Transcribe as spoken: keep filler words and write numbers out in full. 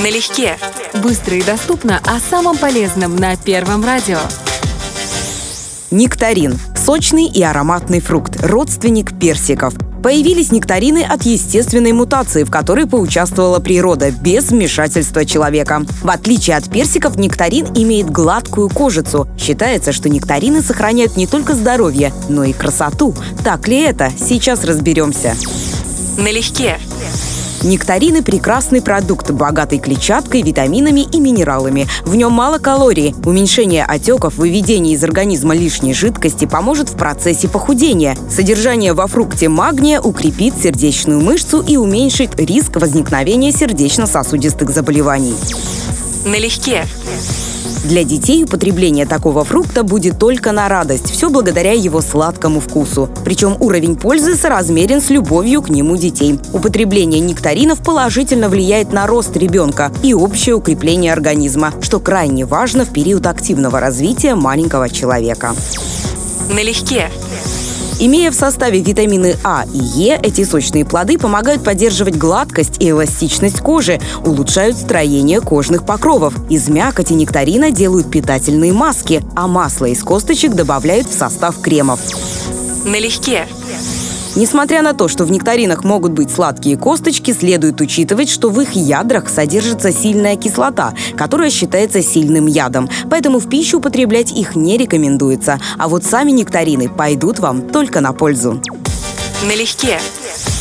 Налегке. Быстро и доступно о самом полезном на Первом радио. Нектарин – сочный и ароматный фрукт, родственник персиков. Появились нектарины от естественной мутации, в которой поучаствовала природа, без вмешательства человека. В отличие от персиков, нектарин имеет гладкую кожицу. Считается, что нектарины сохраняют не только здоровье, но и красоту. Так ли это? Сейчас разберемся. Налегке. Нектарины – прекрасный продукт, богатый клетчаткой, витаминами и минералами. В нем мало калорий. Уменьшение отеков, выведение из организма лишней жидкости поможет в процессе похудения. Содержание во фрукте магния укрепит сердечную мышцу и уменьшит риск возникновения сердечно-сосудистых заболеваний. Налегке. Для детей употребление такого фрукта будет только на радость, все благодаря его сладкому вкусу. Причем уровень пользы соразмерен с любовью к нему детей. Употребление нектаринов положительно влияет на рост ребенка и общее укрепление организма, что крайне важно в период активного развития маленького человека. Налегке. Имея в составе витамины А и Е, эти сочные плоды помогают поддерживать гладкость и эластичность кожи, улучшают строение кожных покровов. Из мякоти нектарина делают питательные маски, а масло из косточек добавляют в состав кремов. Налегке. Несмотря на то, что в нектаринах могут быть сладкие косточки, следует учитывать, что в их ядрах содержится сильная кислота, которая считается сильным ядом. Поэтому в пищу употреблять их не рекомендуется. А вот сами нектарины пойдут вам только на пользу. Налегке.